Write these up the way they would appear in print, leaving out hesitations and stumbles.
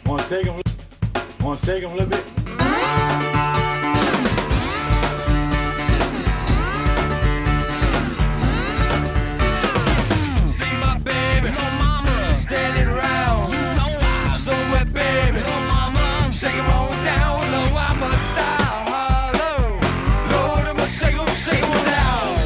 Wanna shake 'em a little bit? See my baby, no mama, standing around. You know I'm somewhere, baby. No mama, shake 'em on down. No, I'm a star. Hello, Lord, I'm a shake 'em down.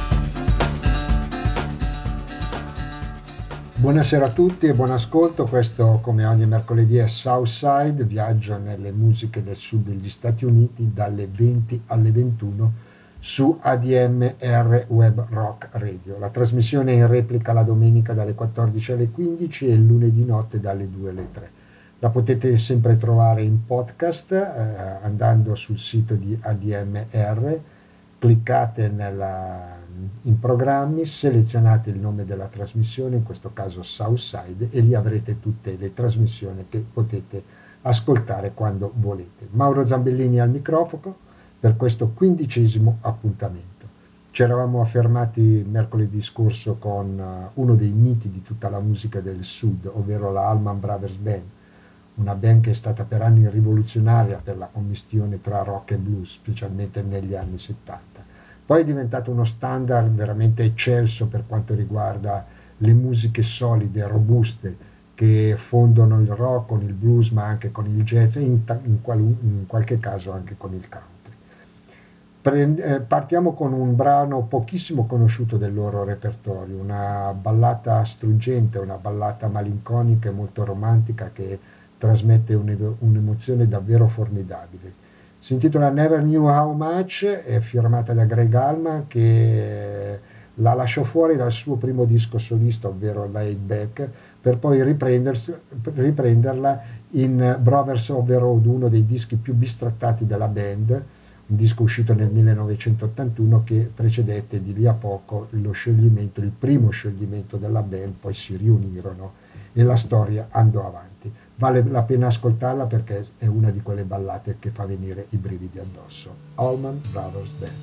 Buonasera a tutti e buon ascolto. Questo, come ogni mercoledì, è Southside, viaggio nelle musiche del sud degli Stati Uniti dalle 20 alle 21 su ADMR Web Rock Radio. La trasmissione è in replica la domenica dalle 14 alle 15 e il lunedì notte dalle 2 alle 3. La potete sempre trovare in podcast andando sul sito di ADMR, cliccate in programmi, selezionate il nome della trasmissione, in questo caso Southside, e lì avrete tutte le trasmissioni che potete ascoltare quando volete. Mauro Zambellini al microfono per questo 15° appuntamento. Ci eravamo affermati mercoledì scorso con uno dei miti di tutta la musica del sud, ovvero la Allman Brothers Band, una band che è stata per anni rivoluzionaria per la commistione tra rock e blues, specialmente negli anni 70. Poi è diventato uno standard veramente eccelso per quanto riguarda le musiche solide, robuste, che fondono il rock con il blues, ma anche con il jazz e in qualche caso anche con il country. Partiamo con un brano pochissimo conosciuto del loro repertorio, una ballata struggente, una ballata malinconica e molto romantica che trasmette un'emozione davvero formidabile. Si intitola Never Knew How Much, è firmata da Greg Allman, che la lasciò fuori dal suo primo disco solista, ovvero Laid Back, per poi riprenderla in Brothers of the Road, uno dei dischi più bistrattati della band, un disco uscito nel 1981 che precedette di lì a poco il primo scioglimento della band. Poi si riunirono e la storia andò avanti. Vale la pena ascoltarla perché è una di quelle ballate che fa venire i brividi addosso. Allman Brothers Band.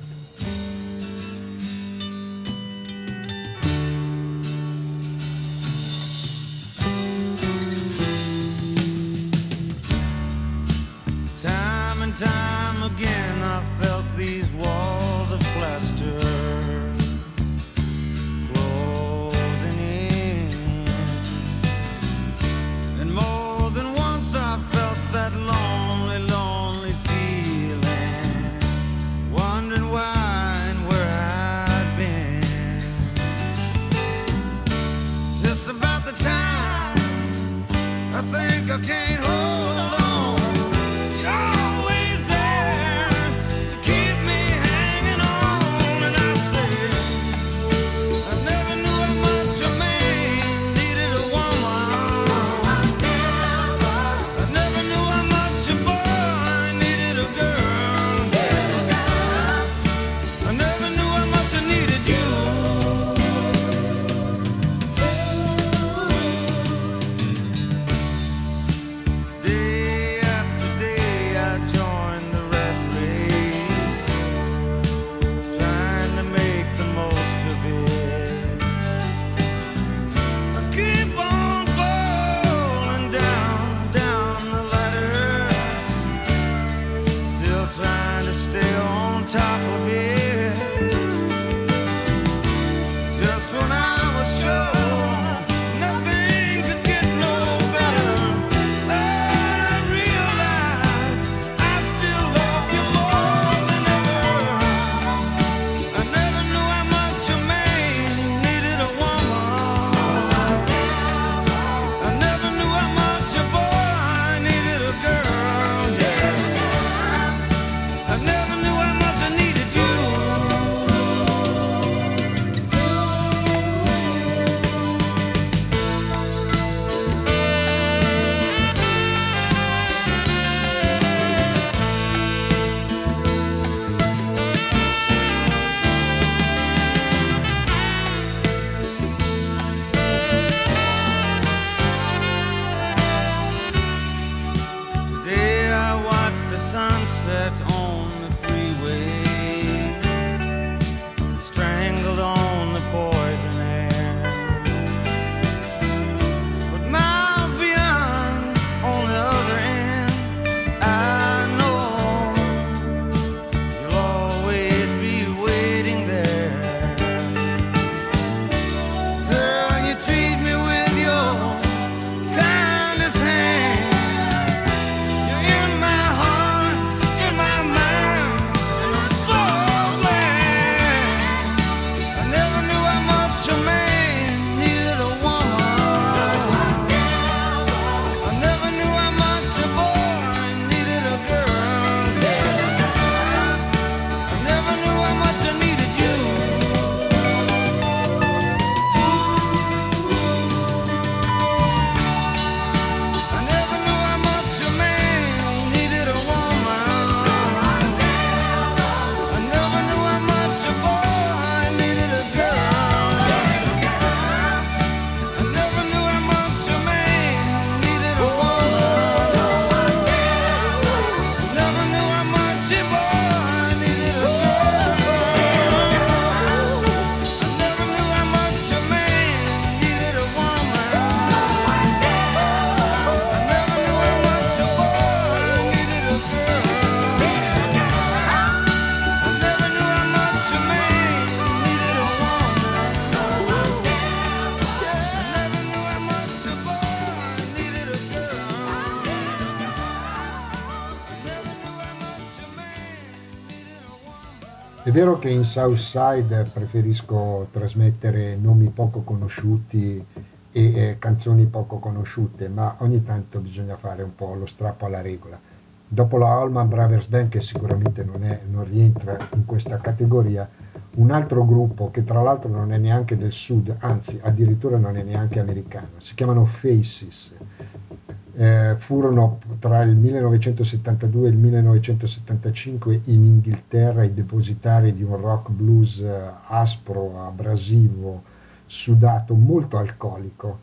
Time and time again I felt these walls of plaster closing in, and more than once I felt that lonely, lonely feeling, wondering why È vero che in Southside preferisco trasmettere nomi poco conosciuti e canzoni poco conosciute, ma ogni tanto bisogna fare un po' lo strappo alla regola. Dopo la Allman Brothers Band, che sicuramente non rientra in questa categoria, un altro gruppo che tra l'altro non è neanche del sud, anzi addirittura non è neanche americano, si chiamano Faces. Furono tra il 1972 e il 1975 in Inghilterra i depositari di un rock blues aspro, abrasivo, sudato, molto alcolico,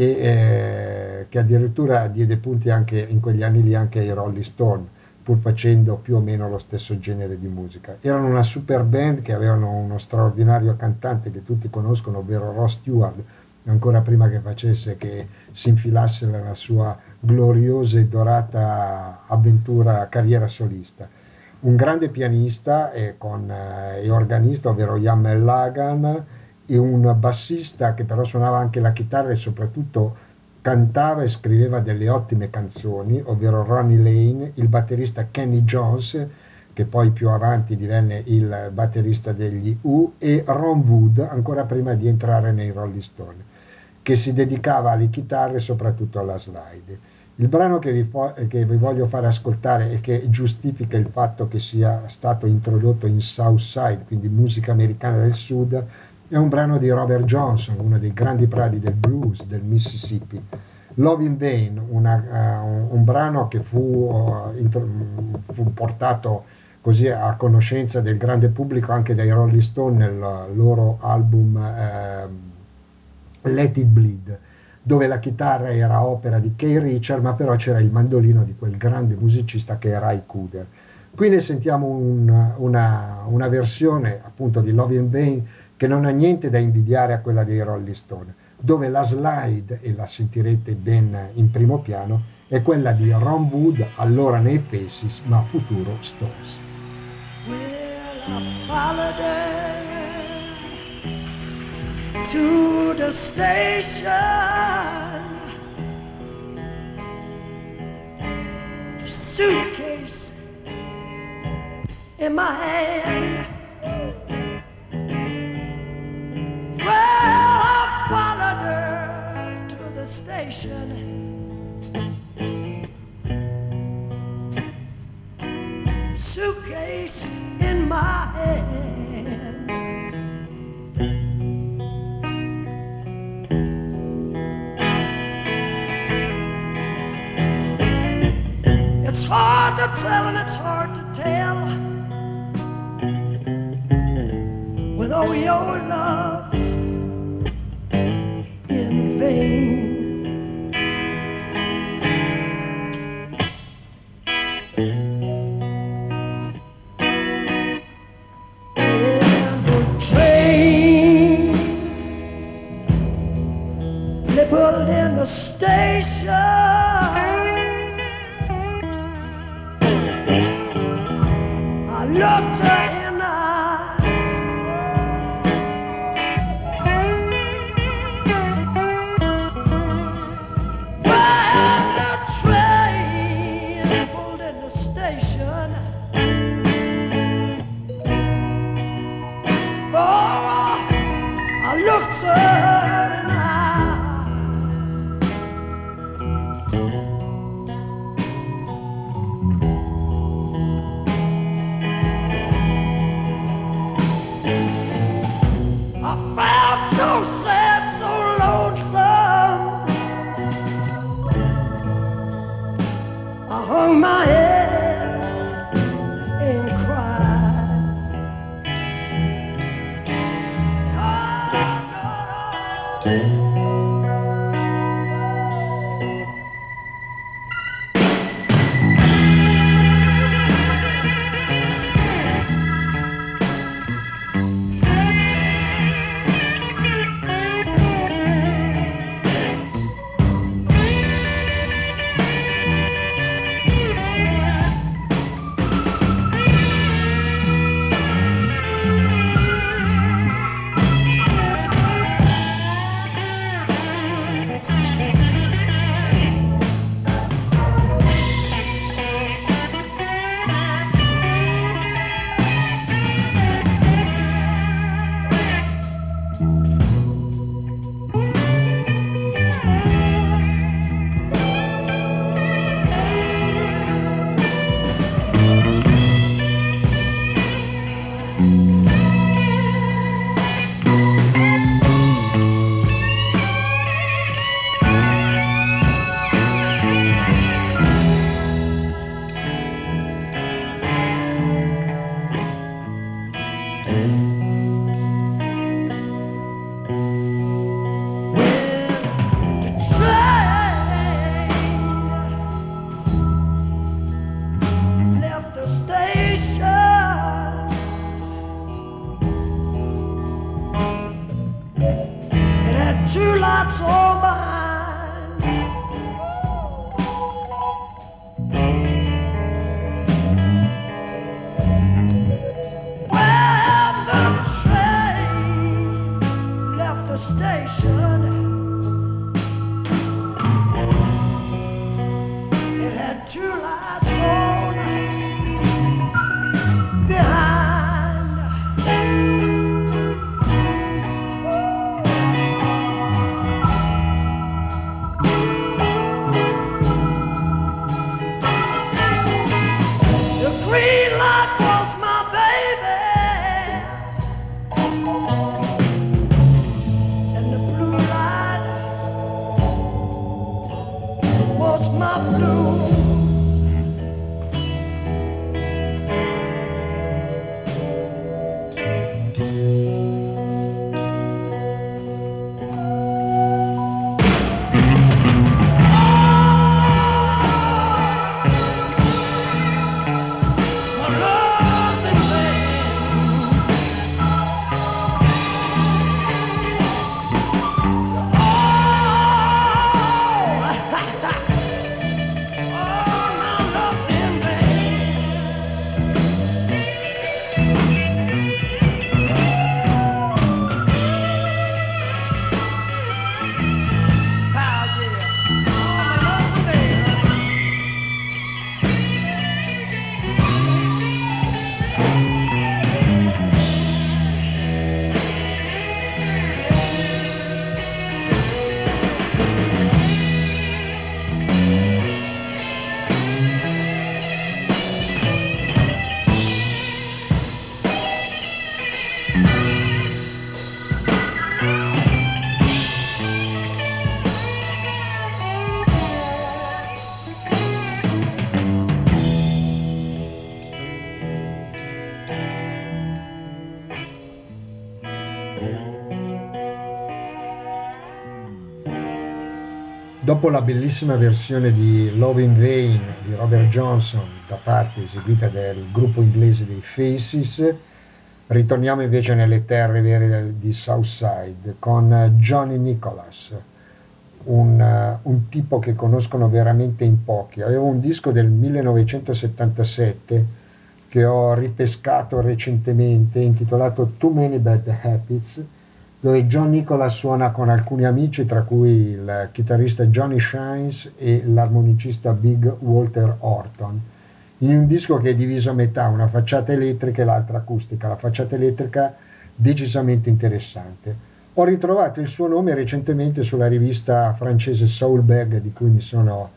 e che addirittura diede punti anche in quegli anni lì anche ai Rolling Stone, pur facendo più o meno lo stesso genere di musica. Erano una super band che avevano uno straordinario cantante che tutti conoscono, ovvero Ross Stewart, ancora prima che si infilasse nella sua gloriosa e dorata avventura carriera solista. Un grande pianista e organista, ovvero Ian Lagan, e un bassista che però suonava anche la chitarra e soprattutto cantava e scriveva delle ottime canzoni, ovvero Ronnie Lane, il batterista Kenny Jones, che poi più avanti divenne il batterista degli Who, e Ron Wood, ancora prima di entrare nei Rolling Stone, che si dedicava alle chitarre e soprattutto alla slide. Il brano che vi voglio fare ascoltare e che giustifica il fatto che sia stato introdotto in Southside, quindi musica americana del sud, è un brano di Robert Johnson, uno dei grandi pradi del blues del Mississippi. Love in Vain, un brano che fu portato così a conoscenza del grande pubblico anche dai Rolling Stone nel loro album Let It Bleed, dove la chitarra era opera di Keith Richards, ma però c'era il mandolino di quel grande musicista che è Ry Cooder. Qui ne sentiamo una versione appunto di Love in Vain che non ha niente da invidiare a quella dei Rolling Stone, dove la slide, e la sentirete ben in primo piano, è quella di Ron Wood, allora nei Faces, ma futuro Stones. Well, I followed her to the station, suitcase in my hand. Well, I followed her to the station, suitcase in my hand. It's hard to tell and it's hard to tell when all your love's in vain. In the train they pulled in the station, I looked her in the eye. Well, the train pulled in the station. Oh, I looked her in the eye. blue lights all mine. Well, the train left the station. It had two lights on behind. The green light was my baby, and the blue light was my blues. My love's in vain. Oh, my love's in vain. Ah, yeah. Oh, my love's in vain. Dopo la bellissima versione di Love in Vain di Robert Johnson da parte eseguita del gruppo inglese dei Faces, ritorniamo invece nelle terre vere di Southside con Johnny Nicholas, un tipo che conoscono veramente in pochi. Aveva un disco del 1977 che ho ripescato recentemente intitolato Too Many Bad Habits, dove John Nicholas suona con alcuni amici, tra cui il chitarrista Johnny Shines e l'armonicista Big Walter Horton, in un disco che è diviso a metà, una facciata elettrica e l'altra acustica. La facciata elettrica decisamente interessante. Ho ritrovato il suo nome recentemente sulla rivista francese Soul Bag, di cui mi sono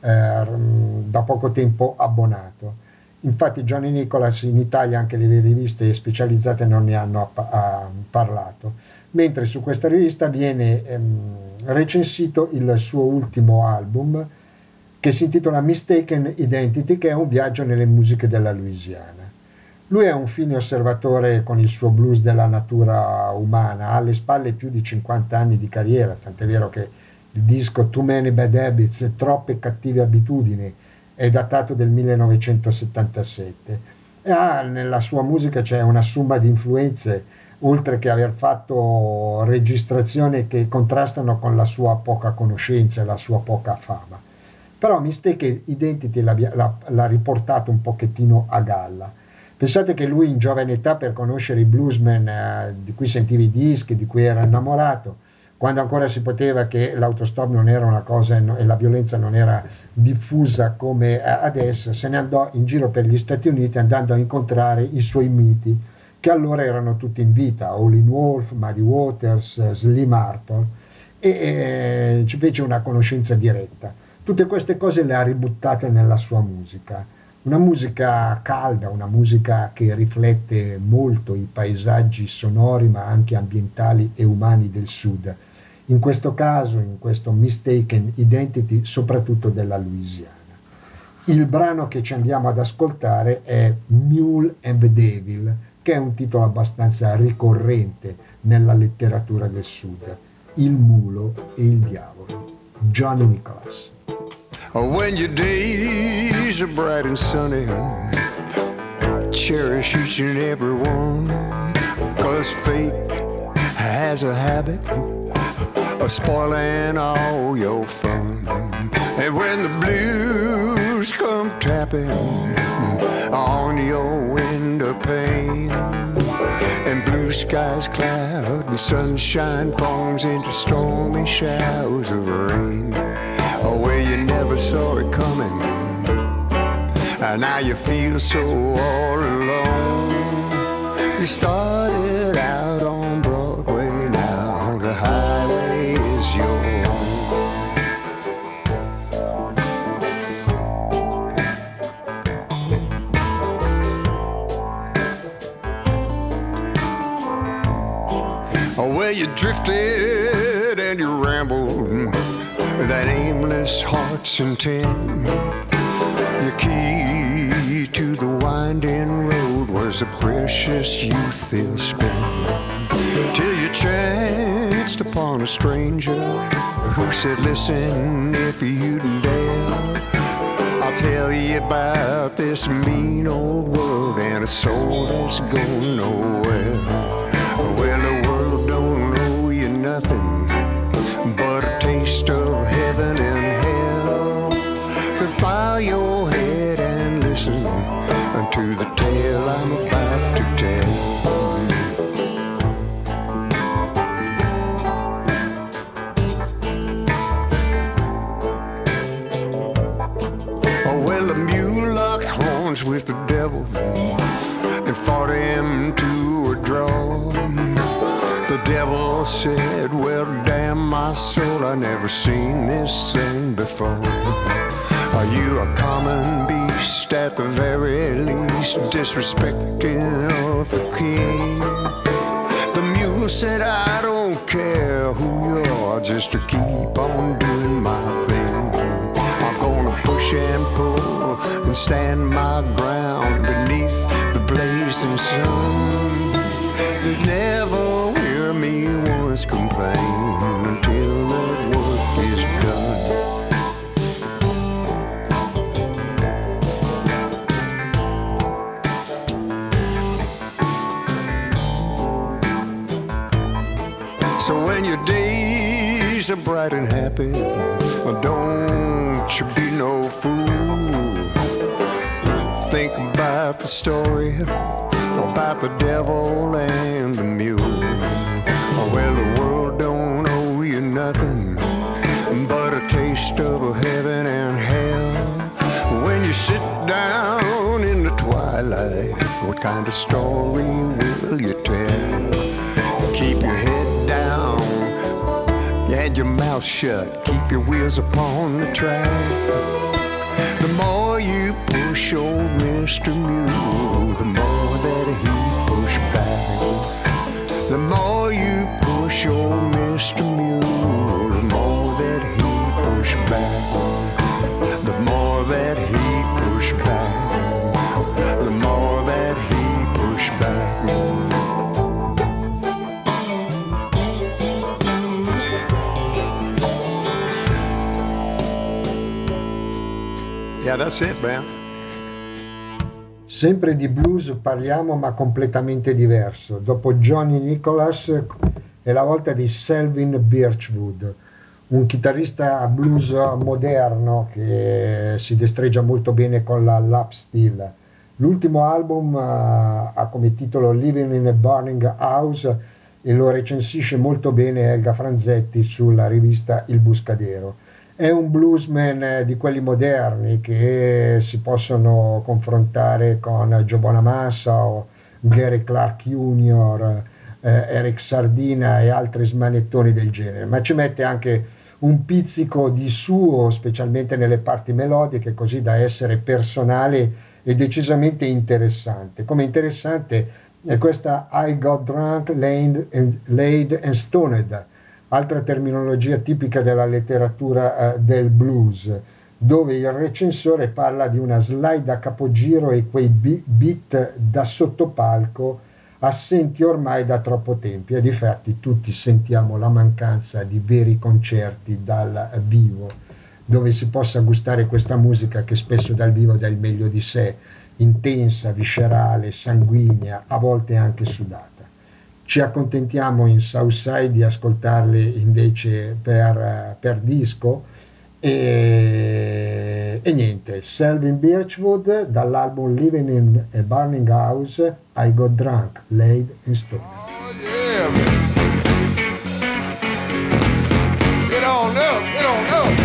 da poco tempo abbonato. Infatti Johnny Nicholas in Italia anche le riviste specializzate non ne hanno parlato, mentre su questa rivista viene recensito il suo ultimo album che si intitola Mistaken Identity, che è un viaggio nelle musiche della Louisiana. Lui è un fine osservatore con il suo blues della natura umana, ha alle spalle più di 50 anni di carriera, tant'è vero che il disco Too Many Bad Habits, Troppe cattive abitudini, è datato del 1977 e nella sua musica c'è una somma di influenze, oltre che aver fatto registrazioni che contrastano con la sua poca conoscenza e la sua poca fama. Però Mistaken Identity l'ha riportato un pochettino a galla. Pensate che lui in giovane età, per conoscere i bluesmen di cui sentiva i dischi, di cui era innamorato, quando ancora si poteva, che l'autostop non era una cosa e la violenza non era diffusa come adesso, se ne andò in giro per gli Stati Uniti andando a incontrare i suoi miti, che allora erano tutti in vita, Howlin' Wolf, Muddy Waters, Slim Harper, e ci fece una conoscenza diretta. Tutte queste cose le ha ributtate nella sua musica. Una musica calda, una musica che riflette molto i paesaggi sonori ma anche ambientali e umani del sud. In questo caso, in questo Mistaken Identity, soprattutto della Louisiana. Il brano che ci andiamo ad ascoltare è Mule and the Devil, che è un titolo abbastanza ricorrente nella letteratura del sud. Il mulo e il diavolo. Johnny Nicholas. When your days are bright and sunny, cherish each and every one, 'cause fate has a habit spoiling all your fun. And when the blues come tapping on your window pane, and blue skies cloud and sunshine forms into stormy showers of rain, oh, well, you never saw it coming, and now you feel so all alone. You started out on Broadway, now the highway is your own. Oh, well, you drifted and you rambled, that aimless heart's intent. Your key to the winding road was a precious youth ill spent, till you chanced upon a stranger who said, listen, if you'd dare, I'll tell you about this mean old world and a soul that's going nowhere. Well, the world don't owe you nothing but a taste of heaven and hell. But bow your head and listen to the tale I'm about to tell. Oh, well, the mule locked horns with the devil and fought him to a draw. The devil said, well, damn my soul, I never seen this thing before. Are you a common beast at the very least, disrespecting of the king? The mule said, I don't care who you are, just to keep on doing my thing. I'm gonna push and pull and stand my ground beneath the blazing sun. They never hear me once complain until the work is done. So when your days are bright and happy, don't you be no fool. Think about the story about the devil and the mule. Well, the world don't owe you nothing but a taste of heaven and hell. When you sit down in the twilight, what kind of story will you tell? Keep your head down and your mouth shut, keep your wheels upon the track. The more you push old Mr. Mule, the more that he pushed back. The more you push old Mr. Mule, the more that he pushed back. The more that he pushed back. The more that he pushed back. Yeah, that's it, man. Sempre di blues parliamo, ma completamente diverso. Dopo Johnny Nicholas è la volta di Selvin Birchwood, un chitarrista blues moderno che si destreggia molto bene con la lap steel. L'ultimo album ha come titolo Living in a Burning House e lo recensisce molto bene Elga Franzetti sulla rivista Il Buscadero. È un bluesman di quelli moderni che si possono confrontare con Joe Bonamassa o Gary Clark Jr., Eric Sardina e altri smanettoni del genere, ma ci mette anche un pizzico di suo, specialmente nelle parti melodiche, così da essere personale e decisamente interessante. Come interessante è questa I Got Drunk, Laid and Stoned, altra terminologia tipica della letteratura del blues, dove il recensore parla di una slide a capogiro e quei beat da sottopalco assenti ormai da troppo tempo, e difatti tutti sentiamo la mancanza di veri concerti dal vivo, dove si possa gustare questa musica che spesso dal vivo dà il meglio di sé, intensa, viscerale, sanguigna, a volte anche sudata. Ci accontentiamo in Southside di ascoltarli invece per disco e niente, Selvin Birchwood dall'album Living in a Burning House, I Got Drunk, Laid in Stone. Yeah, man. Get on up, get on up.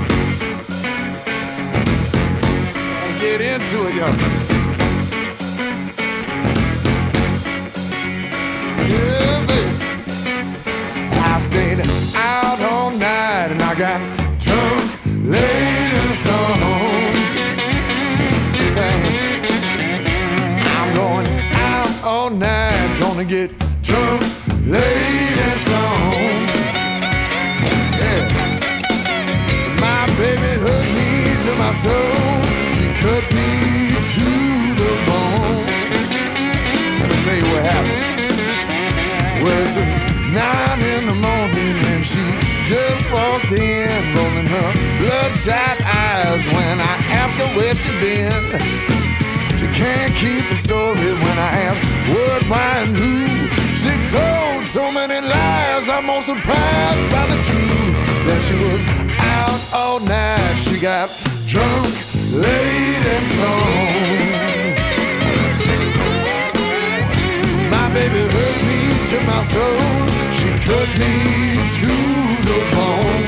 Get into it, y'all. Yeah, baby. I stayed out all night and I got drunk, laid in stone. I'm going out all night, gonna get drunk, laid in stone. Yeah. My baby hurt me to my soul. She cut me to the bone. Let me tell you what happened. Well, it's 9 in the morning and she just walked in, rolling her bloodshot eyes when I asked her where she been. She can't keep a story when I ask what, why, and who. She told so many lies, I'm more surprised by the truth. That she was out all night, she got drunk, laid and stoned. My baby hurt me to my soul, she cut me to the bone.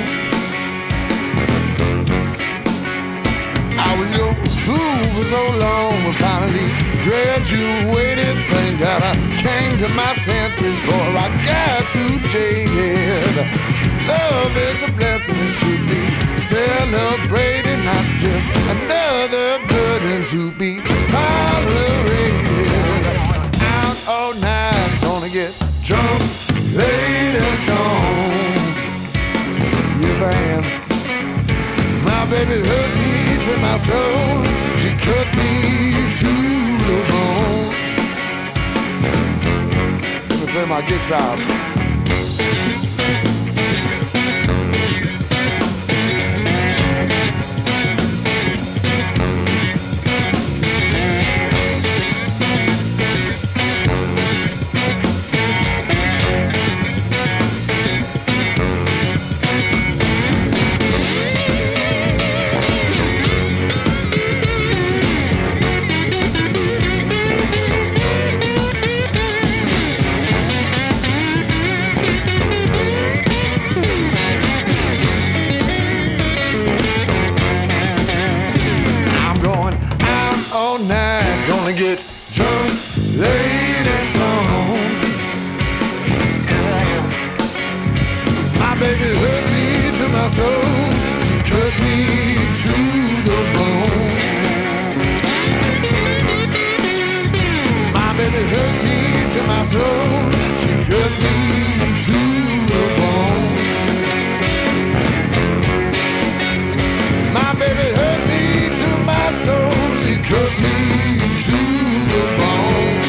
I was your fool for so long, but finally graduated. Thank God I came to my senses, for I got too jaded. Love is a blessing, it should be celebrated, not just another burden to be tolerated. Out all night, gonna get drunk, laid and stoned. Yes, I am. My baby hurt me to my soul. She cut me to the bone. Let me play my guitar. Get drunk, laid and stoned. My baby hurt me to my soul. She cut me to the bone. My baby hurt me to my soul. She cut me to the bone. My baby hurt me to my soul. She cut me to the bone.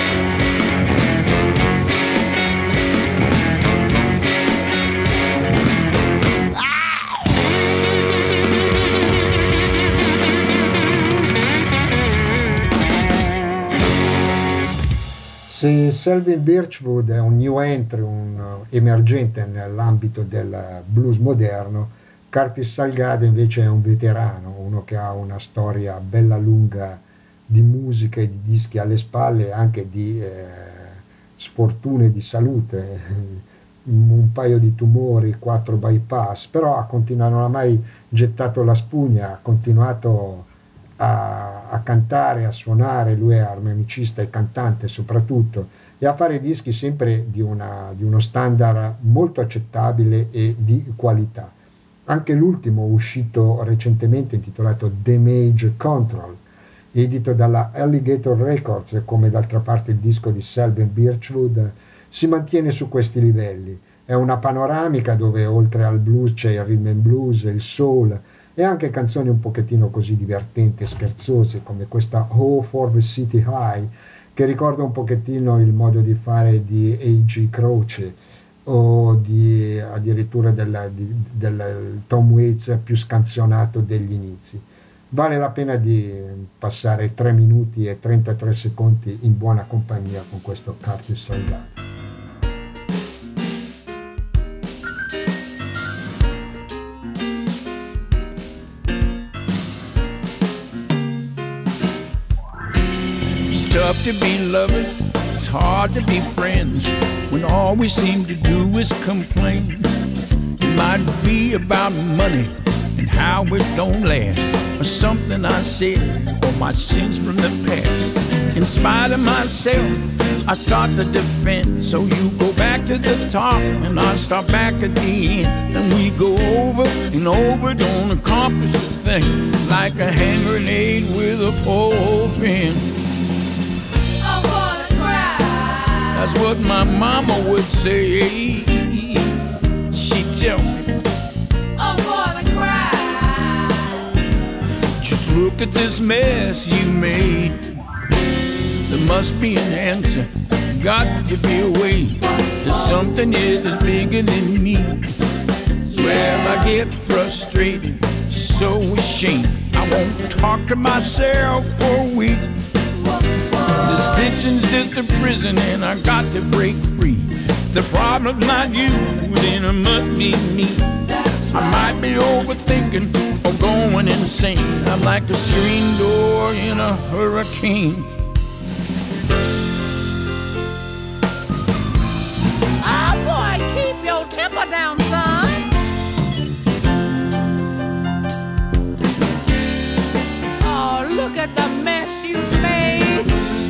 Se Selvin Birchwood è un new entry, un emergente nell'ambito del blues moderno, Curtis Salgado invece è un veterano, uno che ha una storia bella lunga di musica e di dischi alle spalle, anche di sfortune di salute, un paio di tumori, 4 bypass, però non ha mai gettato la spugna, ha continuato a cantare, a suonare, lui è armonicista e cantante soprattutto, e a fare dischi sempre di uno standard molto accettabile e di qualità. Anche l'ultimo uscito recentemente, intitolato Damage Control, edito dalla Alligator Records, come d'altra parte il disco di Selvin Birchwood, si mantiene su questi livelli. È una panoramica dove oltre al blues c'è il rhythm and blues, il soul e anche canzoni un pochettino così divertenti e scherzose come questa Oh for the City High, che ricorda un pochettino il modo di fare di A.G. Croce o addirittura del Tom Waits più scanzonato degli inizi. Vale la pena di passare 3 minuti e 33 secondi in buona compagnia con questo Curtis Salgado. tough to be lovers, it's hard to be friends, when all we seem to do is complain. It might be about money and how it don't last, or something I said, or my sins from the past. In spite of myself, I start to defend. So you go back to the top and I start back at the end, and we go over and over, don't accomplish a thing, like a hand grenade with a pole pin. Oh, for the crowd. That's what my mama would say. She'd tell me, oh, for the crowd. just look at this mess you made. There must be an answer, got to be a way. There's something here that's bigger than me. Well, I get frustrated, so ashamed, I won't talk to myself for a week. This bitching's just a prison and I got to break free. The problem's not you, then it must be me. I might be overthinking or going insane. I'm like a screen door in a hurricane. Keep your temper down, son. Oh, look at the mess you made.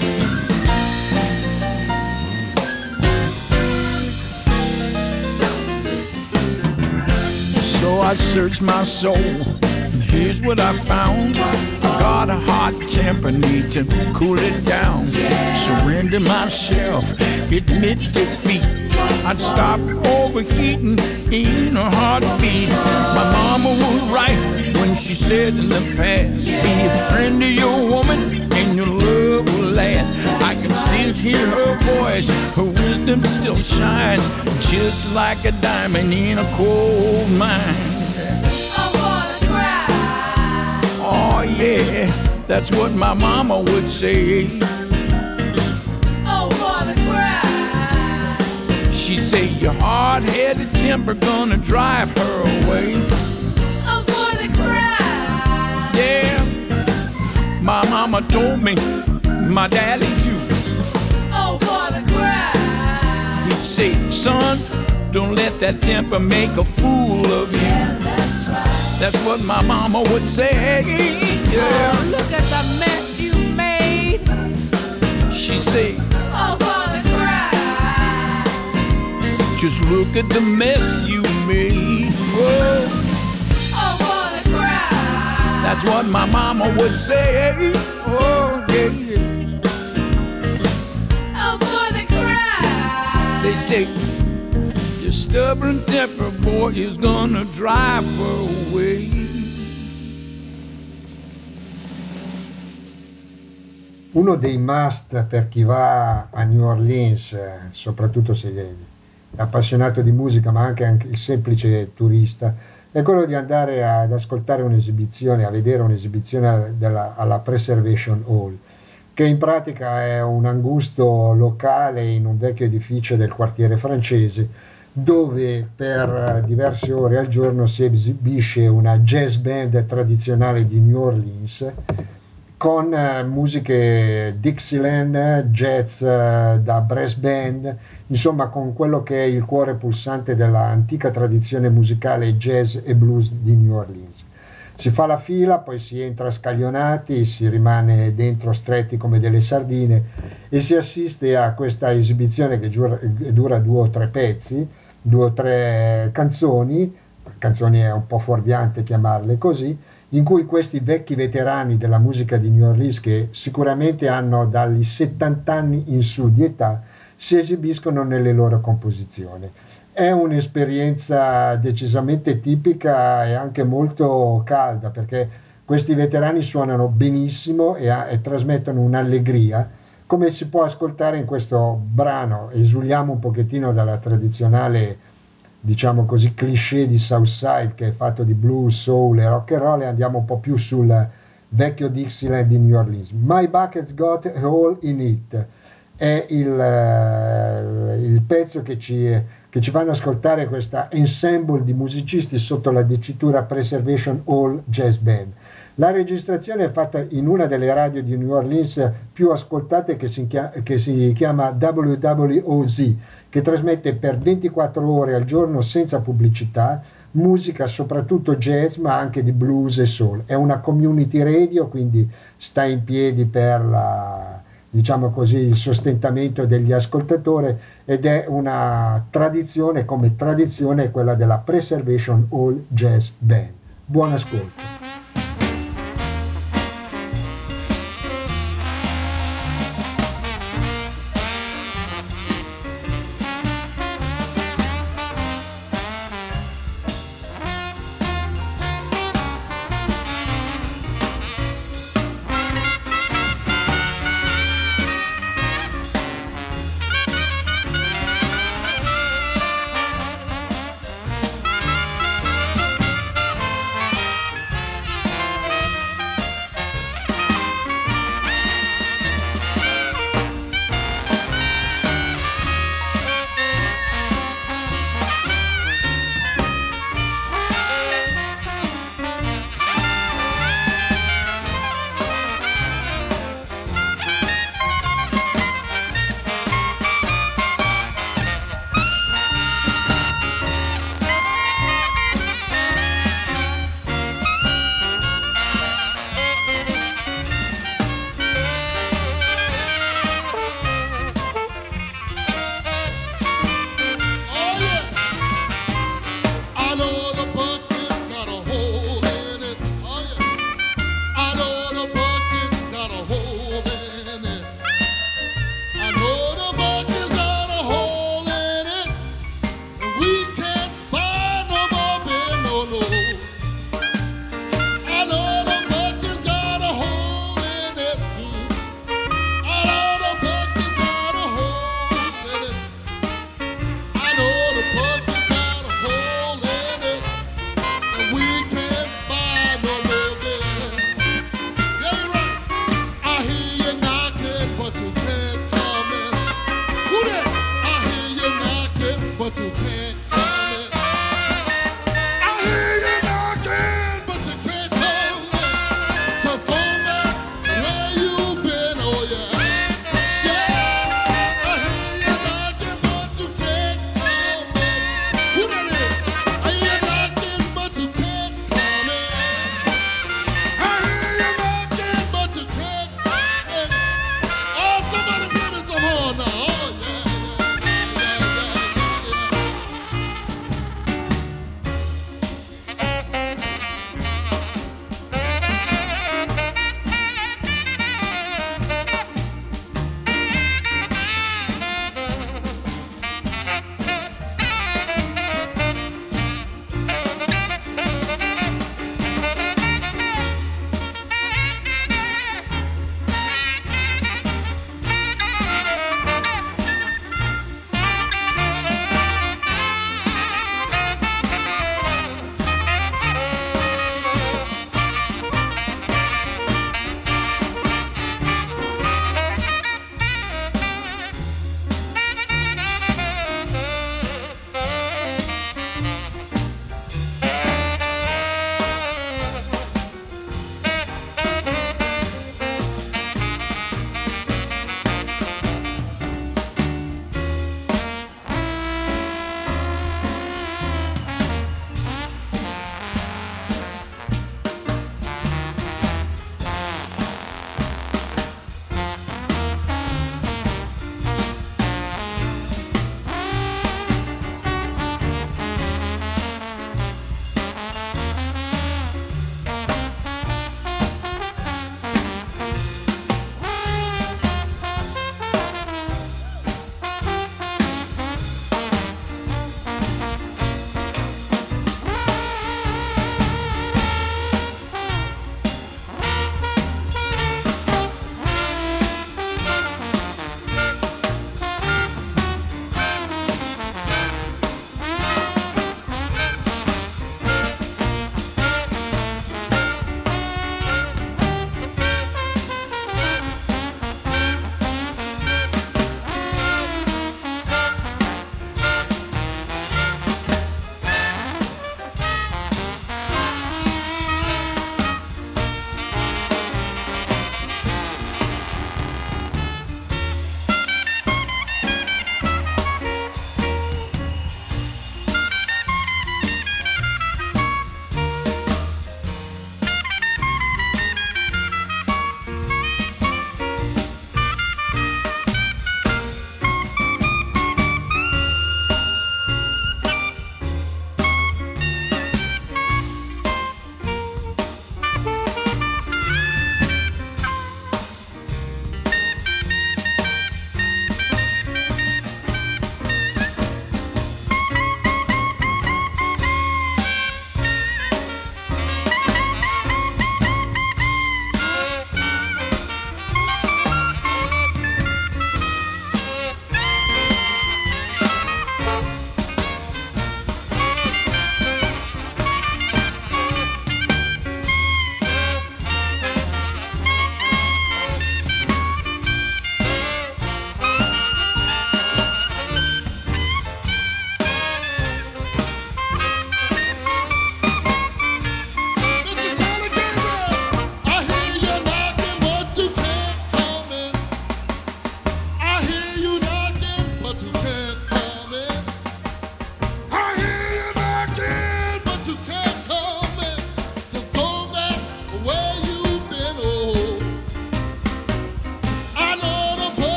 So I searched my soul, and here's what I found. I got a hot temper, need to cool it down. Surrender myself, admit defeat. I'd stop overheating in a heartbeat. My mama was right when she said in the past, be a friend to your woman and your love will last. I can still hear her voice, her wisdom still shines, just like a diamond in a cold mine. Oh, for the crowd. Oh yeah, that's what my mama would say. Oh, for the crowd. She say your hard-headed temper gonna drive her away. Oh, for the crowd. Yeah, my mama told me, my daddy too. Oh, for the crowd. He'd say, son, don't let that temper make a fool of you. Yeah, that's right. That's what my mama would say. Yeah. Oh, look at the mess you made. She say, oh, for the crowd. just look at the mess you made. Whoa. Oh, for the crowd. That's what my mama would say. Oh, yeah, yeah. Oh, for the crowd. They say, your stubborn temper, boy, is gonna drive her away. Uno dei must per chi va a New Orleans, soprattutto se è appassionato di musica, ma anche il semplice turista, è quello di andare ad ascoltare un'esibizione, a vedere un'esibizione alla Preservation Hall, che in pratica è un angusto locale in un vecchio edificio del quartiere francese, dove per diverse ore al giorno si esibisce una jazz band tradizionale di New Orleans, con musiche Dixieland, jazz da brass band, insomma con quello che è il cuore pulsante dell'antica tradizione musicale jazz e blues di New Orleans. Si fa la fila, poi si entra scaglionati, si rimane dentro stretti come delle sardine e si assiste a questa esibizione che dura 2 o 3 pezzi, 2 o 3 canzoni è un po' fuorviante chiamarle così, in cui questi vecchi veterani della musica di New Orleans, che sicuramente hanno dagli 70 anni in su di età, si esibiscono nelle loro composizioni. È un'esperienza decisamente tipica e anche molto calda, perché questi veterani suonano benissimo e trasmettono un'allegria, come si può ascoltare in questo brano. Esuliamo un pochettino dalla tradizionale, diciamo così, cliché di Southside, che è fatto di blues, soul e rock and roll, e andiamo un po' più sul vecchio Dixieland di New Orleans. My Bucket's Got a Hole in It è il pezzo che ci fanno ascoltare questa ensemble di musicisti sotto la dicitura Preservation Hall Jazz Band. La registrazione è fatta in una delle radio di New Orleans più ascoltate che si chiama WWOZ, che trasmette per 24 ore al giorno senza pubblicità, musica soprattutto jazz ma anche di blues e soul. È una community radio, quindi sta in piedi per diciamo così, il sostentamento degli ascoltatori, ed è una tradizione, come tradizione quella della Preservation All Jazz Band. Buon ascolto.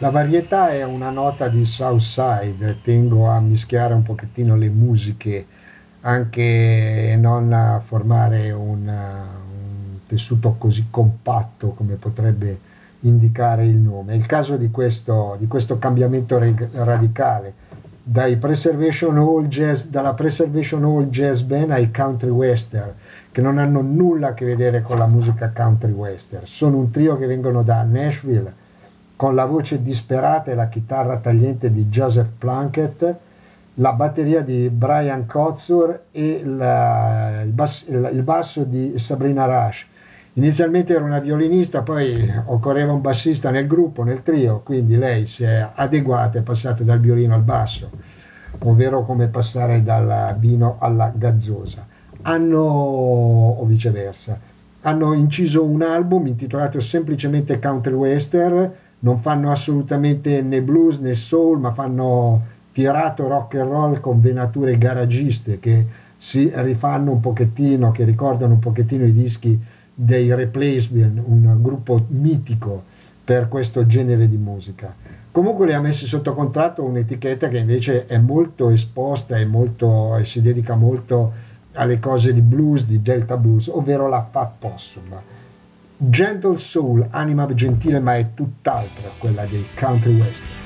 La varietà è una nota di Southside, tengo a mischiare un pochettino le musiche, anche non a formare un tessuto così compatto come potrebbe indicare il nome. È il caso di questo cambiamento radicale, dalla Preservation Hall Jazz Band ai country western, che non hanno nulla a che vedere con la musica country western. Sono un trio che vengono da Nashville, con la voce disperata e la chitarra tagliente di Joseph Plunkett, la batteria di Brian Kotzur e il basso di Sabrina Rush. Inizialmente era una violinista, poi occorreva un bassista nel gruppo, nel trio, quindi lei si è adeguata e è passata dal violino al basso, ovvero come passare dal vino alla gazzosa. O viceversa. Hanno inciso un album intitolato semplicemente Country Western, non fanno assolutamente né blues né soul, ma fanno tirato rock and roll con venature garagiste che si rifanno un pochettino, che ricordano un pochettino i dischi dei Replacement, un gruppo mitico per questo genere di musica. Comunque li ha messi sotto contratto un'etichetta che invece è molto esposta e si dedica molto alle cose di blues, di Delta Blues, ovvero la Fat Possum. Gentle Soul, anima gentile, ma è tutt'altra quella dei country western.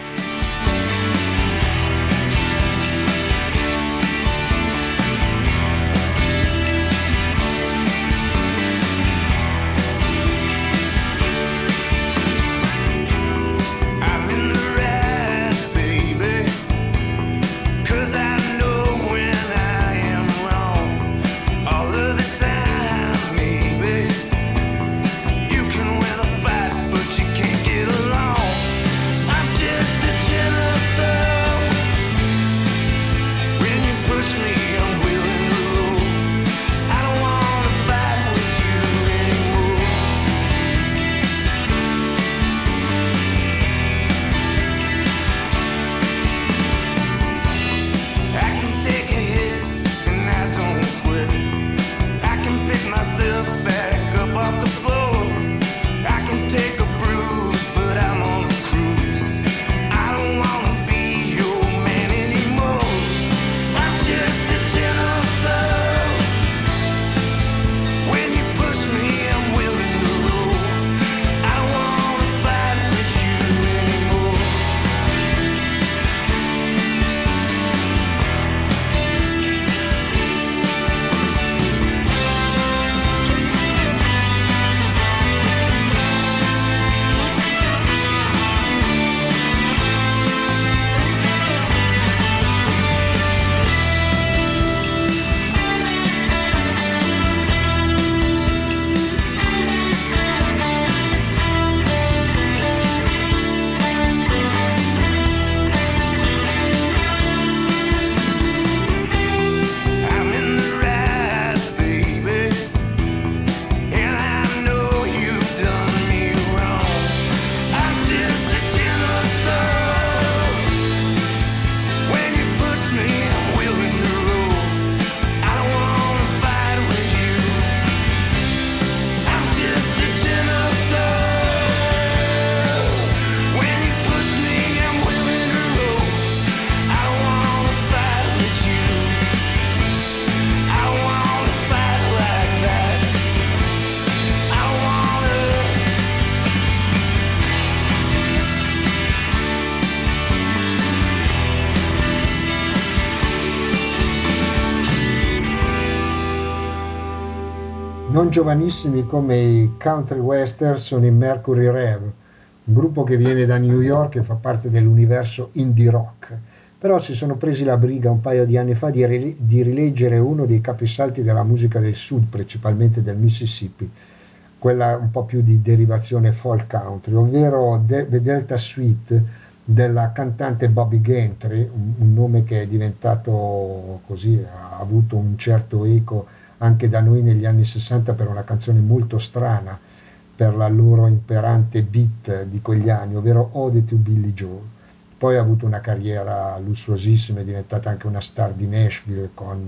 Non giovanissimi come i country western sono i Mercury Rev, un gruppo che viene da New York e fa parte dell'universo indie rock, però si sono presi la briga un paio di anni fa di rileggere uno dei capisaldi della musica del sud, principalmente del Mississippi, quella un po' più di derivazione folk country, ovvero The Delta Suite della cantante Bobby Gentry, un nome che è diventato così, ha avuto un certo eco anche da noi negli anni 60 per una canzone molto strana per la loro imperante beat di quegli anni, ovvero Ode to Billy Joel. Poi ha avuto una carriera lussuosissima, è diventata anche una star di Nashville con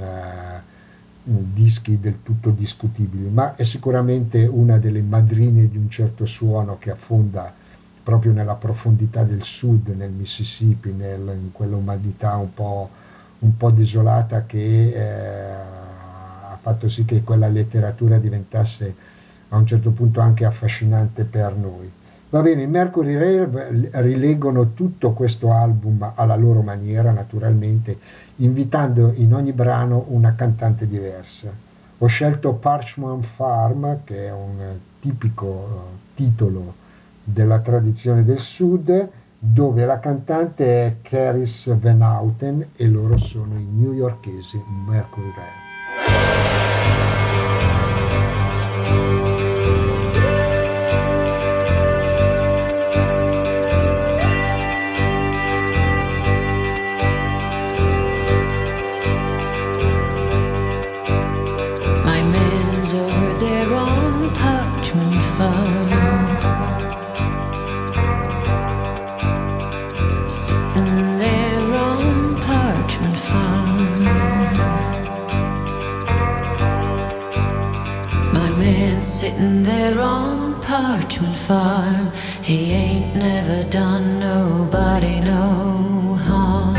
dischi del tutto discutibili, ma è sicuramente una delle madrine di un certo suono che affonda proprio nella profondità del sud, nel Mississippi, in quell'umidità un po' desolata che ha fatto sì che quella letteratura diventasse a un certo punto anche affascinante per noi. Va bene, i Mercury Rev rileggono tutto questo album alla loro maniera, naturalmente, invitando in ogni brano una cantante diversa. Ho scelto Parchman Farm, che è un tipico titolo della tradizione del sud, dove la cantante è Caris Van Houten e loro sono i newyorkesi Mercury Rev. Sitting there on Parchment Farm, he ain't never done nobody no harm.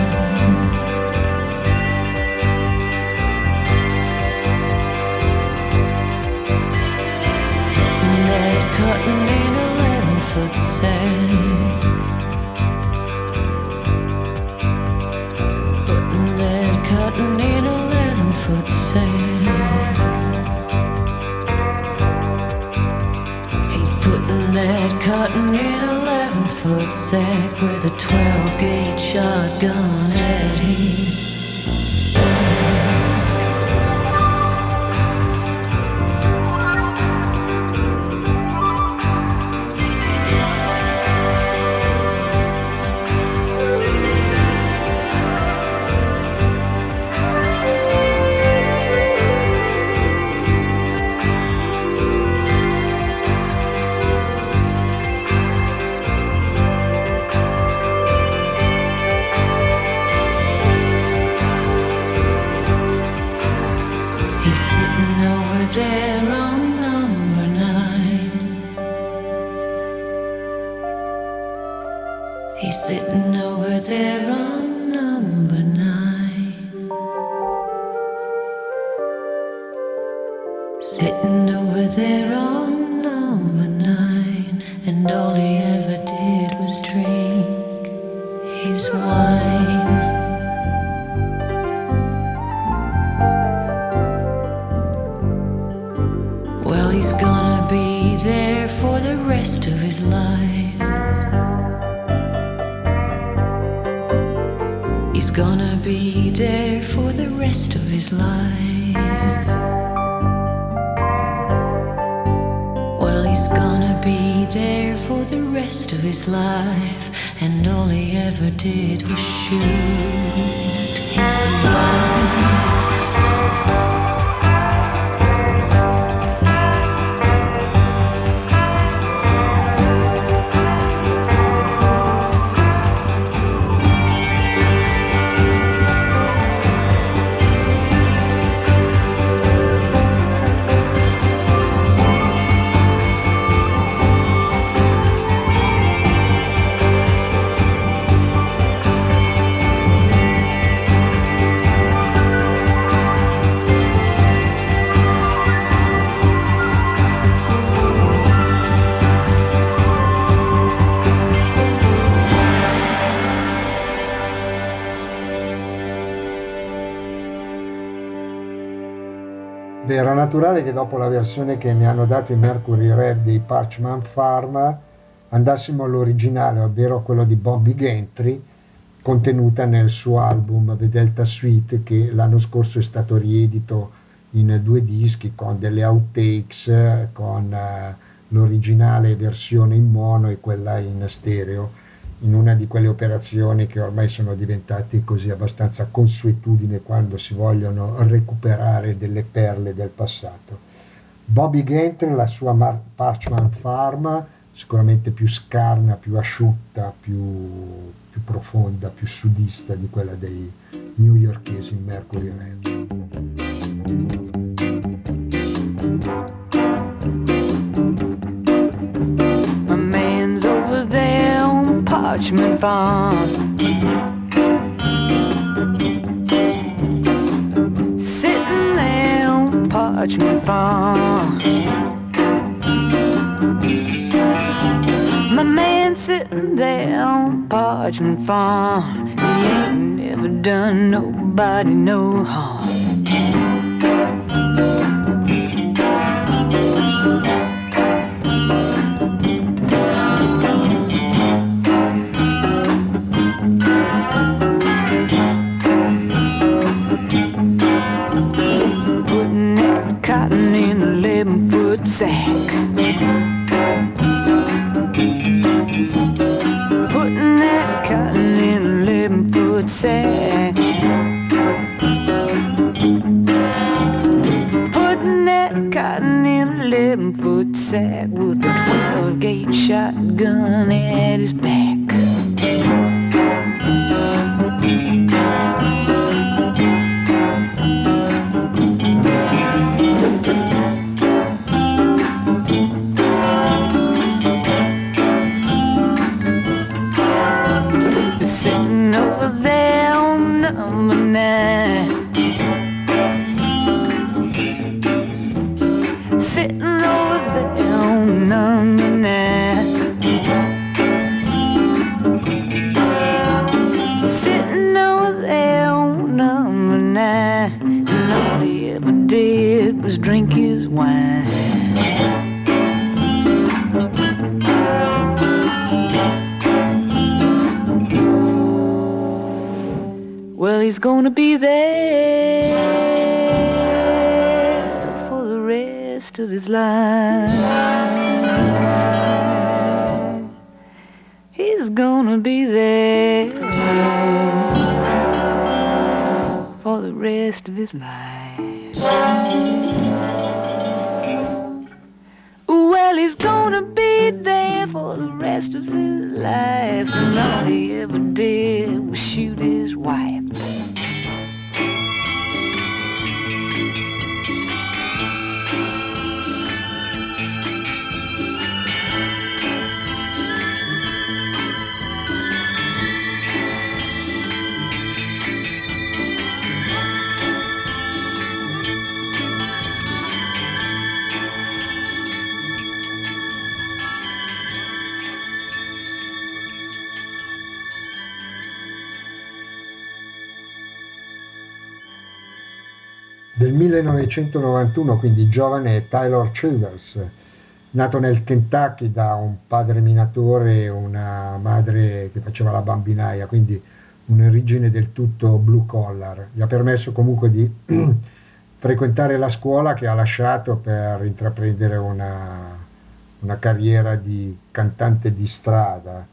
Putting that cotton in 11-foot sack, putting that cotton in 11-foot sack. That cotton in 11-foot sack with a 12-gauge shotgun at his there on number 9. He's sitting over there on number 9. Sitting over there on number 9. And all he ever did was drink his wine. He's gonna be there for the rest of his life. He's gonna be there for the rest of his life. Well, he's gonna be there for the rest of his life. And all he ever did was shoot his wife. Era naturale che dopo la versione che ne hanno dato i Mercury Rev dei Parchman Farm andassimo all'originale, ovvero quello di Bobby Gentry, contenuta nel suo album The Delta Suite, che l'anno scorso è stato riedito in 2 dischi con delle outtakes, con l'originale versione in mono e quella in stereo, in una di quelle operazioni che ormai sono diventate così abbastanza consuetudine quando si vogliono recuperare delle perle del passato. Bobby Gentry, la sua Parchman Farm, sicuramente più scarna, più asciutta, più profonda, più sudista di quella dei newyorkesi Mercury Rev. My man's over Parchment Farm. Sitting there on Parchment Farm. My man sitting there on Parchment Farm. He ain't never done nobody no harm. Putting that cotton in a 11-foot sack. Putting that cotton in a 11-foot sack. Putting that cotton in a 11-foot sack with a 12-gauge shotgun at his back. Sitting over there on number 9. Sitting over there on number 9. Sitting over there on number 9. And all he ever did was drink his wine. Well, he's gonna be there for the rest of his life. He's gonna be there for the rest of his life. Well, he's gonna be there for the rest of his life. And all he ever did was shoot his wife. Del 1991, quindi giovane Tyler Childers, nato nel Kentucky da un padre minatore e una madre che faceva la bambinaia, quindi un'origine del tutto blue collar. Gli ha permesso comunque di frequentare la scuola, che ha lasciato per intraprendere una carriera di cantante di strada,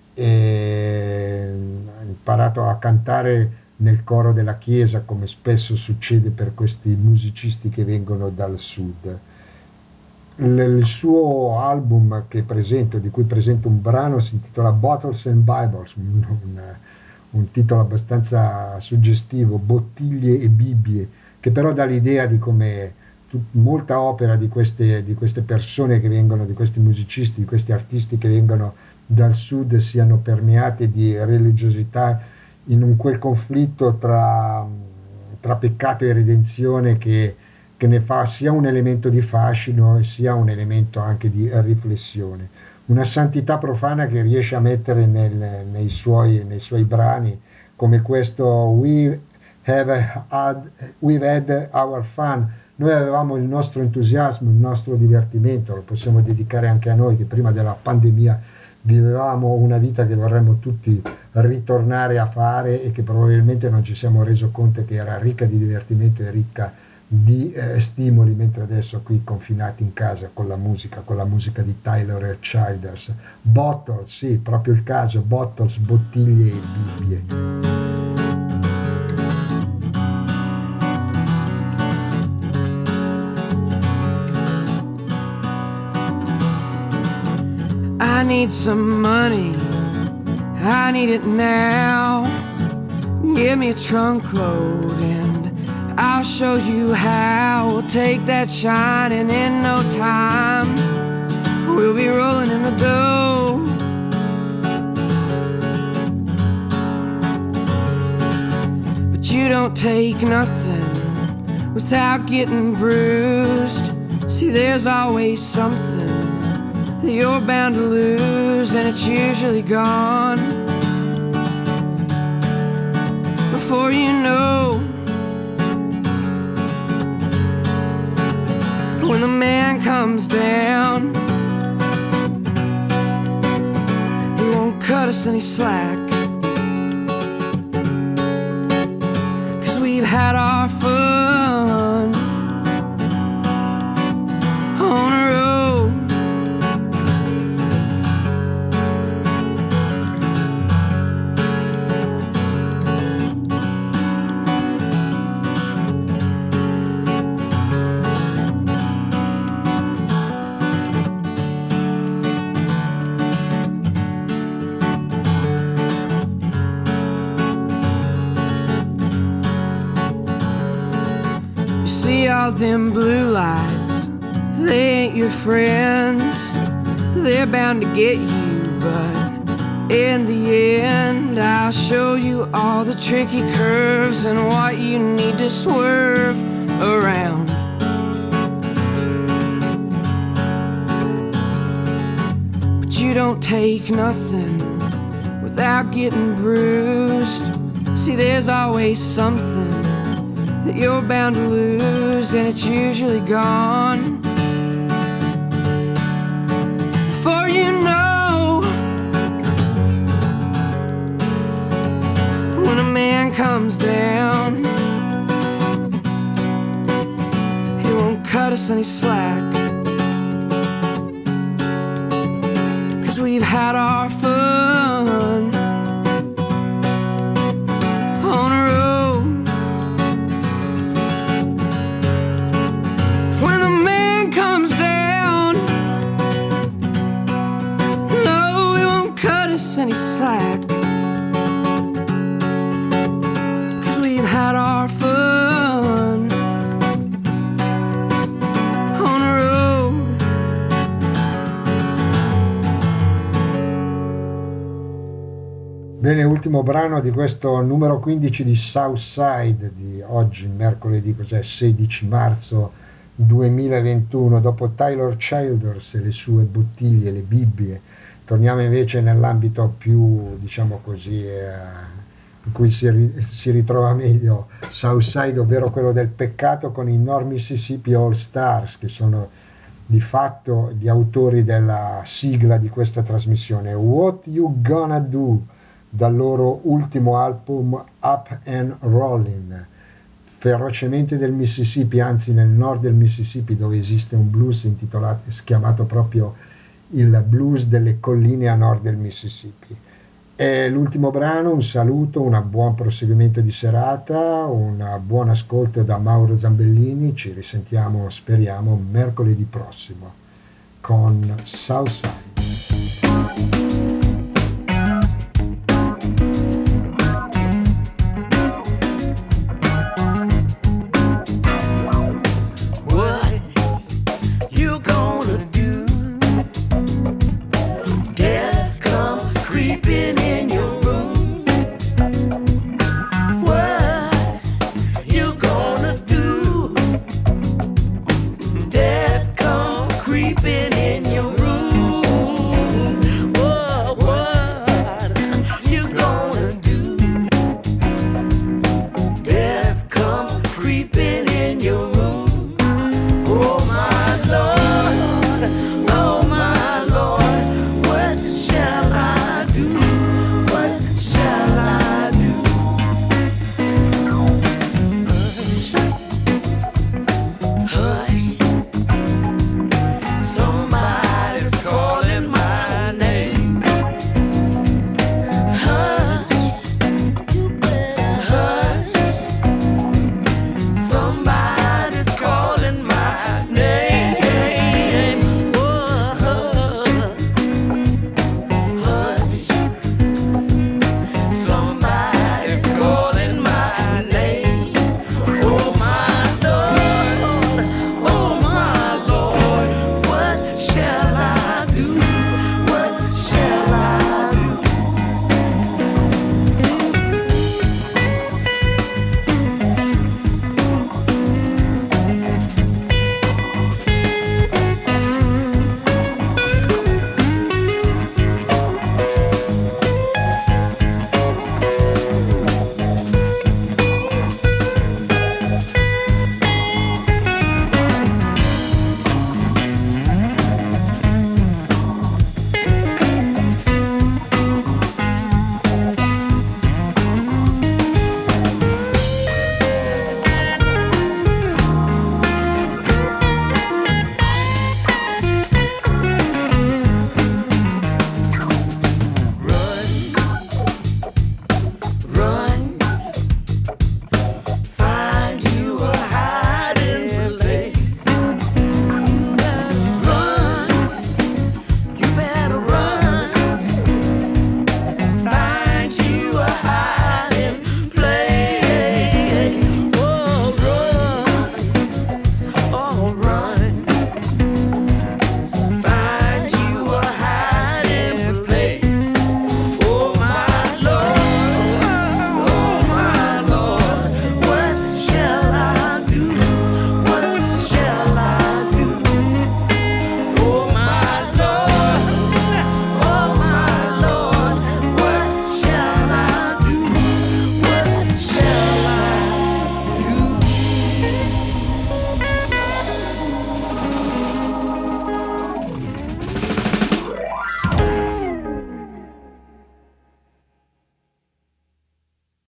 e ha imparato a cantare nel coro della chiesa, come spesso succede per questi musicisti che vengono dal sud. Il suo album che presento, di cui presento un brano, si intitola Bottles and Bibles, un titolo abbastanza suggestivo, Bottiglie e Bibbie, che però dà l'idea di come molta opera di queste persone che vengono, di questi musicisti, di questi artisti che vengono dal sud, siano permeate di religiosità, in quel conflitto tra peccato e redenzione che ne fa sia un elemento di fascino e sia un elemento anche di riflessione. Una santità profana che riesce a mettere nei suoi brani, come questo We've had our fun. Noi avevamo il nostro entusiasmo, il nostro divertimento, lo possiamo dedicare anche a noi che prima della pandemia vivevamo una vita che vorremmo tutti ritornare a fare e che probabilmente non ci siamo reso conto che era ricca di divertimento e ricca di stimoli, mentre adesso qui confinati in casa con la musica di Tyler Childers. Bottles, sì, proprio il caso, Bottles, bottiglie e Bibbie. I need some money, I need it now. Give me a trunk load and I'll show you how. We'll take that shine and in no time we'll be rolling in the dough. you don't take nothing without getting bruised. See, there's always something that you're bound to lose, and it's usually gone before you know. When the man comes down, he won't cut us any slack, 'cause we've had our fun on a road. See all them blue lights, they ain't your friends. They're bound to get you, but in the end I'll show you all the tricky curves and what you need to swerve around. But you don't take nothing without getting bruised. See, there's always something that you're bound to lose, and it's usually gone before you know. When a man comes down, he won't cut us any slack, 'cause we've had our fun on a road. Any slack, 'cause we've had our fun on a road. Bene, ultimo brano di questo numero 15 di Southside di oggi, mercoledì, cos'è, 16 marzo 2021. Dopo Tyler Childers e le sue bottiglie, le Bibbie, torniamo invece nell'ambito più, diciamo così, in cui si ritrova meglio Southside, ovvero quello del peccato, con i North Mississippi All Stars, che sono di fatto gli autori della sigla di questa trasmissione. What You Gonna Do, dal loro ultimo album Up and Rollin', ferocemente del Mississippi, anzi nel nord del Mississippi, dove esiste un blues chiamato proprio il blues delle colline a nord del Mississippi. È l'ultimo brano, un saluto, un buon proseguimento di serata, un buon ascolto da Mauro Zambellini. Ci risentiamo, speriamo, mercoledì prossimo con Southside.